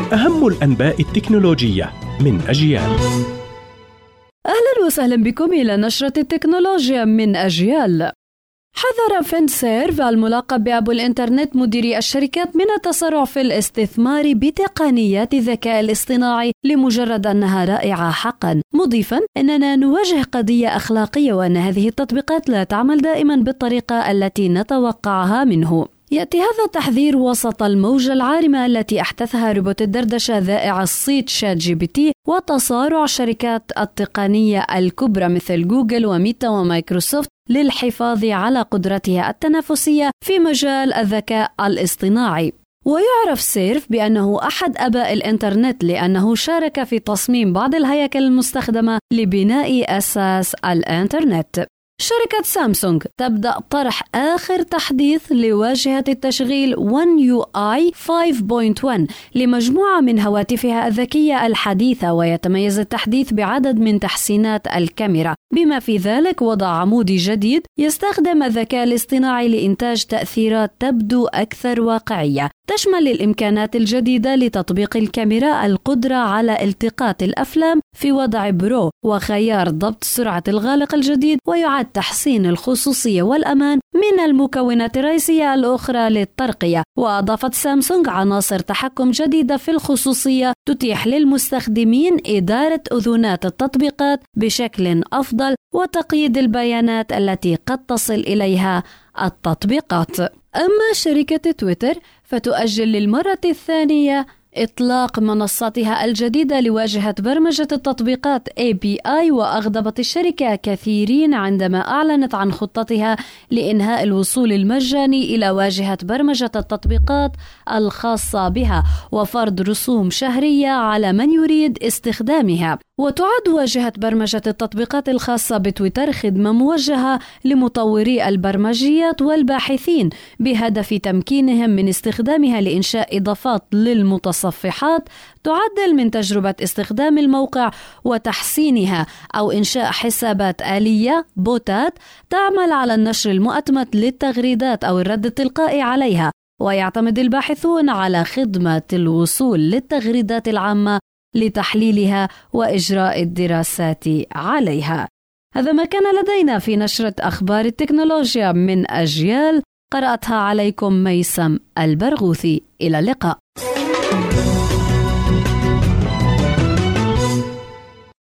أهم الأنباء التكنولوجية من أجيال. أهلا وسهلا بكم إلى نشرة التكنولوجيا من أجيال. حذر فينسيرف الملقب بأبو الإنترنت مديري الشركات من التسرع في الاستثمار بتقنيات الذكاء الاصطناعي لمجرد أنها رائعة حقا، مضيفا أننا نواجه قضية أخلاقية وأن هذه التطبيقات لا تعمل دائما بالطريقة التي نتوقعها منه. يأتي هذا التحذير وسط الموجة العارمة التي أحدثها روبوت الدردشة ذائع الصيت شات جي بي تي وتصارع الشركات التقنية الكبرى مثل جوجل وميتا ومايكروسوفت للحفاظ على قدرتها التنافسية في مجال الذكاء الاصطناعي. ويعرف سيرف بأنه أحد آباء الإنترنت لأنه شارك في تصميم بعض الهياكل المستخدمة لبناء أساس الإنترنت. شركة سامسونج تبدأ طرح آخر تحديث لواجهة التشغيل One UI 5.1 لمجموعة من هواتفها الذكية الحديثة، ويتميز التحديث بعدد من تحسينات الكاميرا، بما في ذلك وضع عمودي جديد يستخدم الذكاء الاصطناعي لإنتاج تأثيرات تبدو أكثر واقعية، تشمل الإمكانات الجديدة لتطبيق الكاميرا القدرة على التقاط الأفلام في وضع برو، وخيار ضبط سرعة الغالق الجديد، ويعد تحسين الخصوصية والأمان من المكونات الرئيسية الأخرى للترقية. وأضافت سامسونج عناصر تحكم جديدة في الخصوصية تتيح للمستخدمين إدارة أذونات التطبيقات بشكل أفضل وتقييد البيانات التي قد تصل إليها التطبيقات. أما شركة تويتر فتؤجل للمرة الثانية إطلاق منصتها الجديدة لواجهة برمجة التطبيقات API، وأغضبت الشركة كثيرين عندما أعلنت عن خطتها لإنهاء الوصول المجاني إلى واجهة برمجة التطبيقات الخاصة بها وفرض رسوم شهرية على من يريد استخدامها. وتعد واجهة برمجة التطبيقات الخاصة بتويتر خدمة موجهة لمطوري البرمجيات والباحثين بهدف تمكينهم من استخدامها لإنشاء إضافات للمتصفحات تعدل من تجربة استخدام الموقع وتحسينها، أو إنشاء حسابات آلية بوتات تعمل على النشر المؤتمت للتغريدات أو الرد التلقائي عليها. ويعتمد الباحثون على خدمة الوصول للتغريدات العامة لتحليلها وإجراء الدراسات عليها. هذا ما كان لدينا في نشرة أخبار التكنولوجيا من أجيال، قرأتها عليكم ميسم البرغوثي. إلى اللقاء.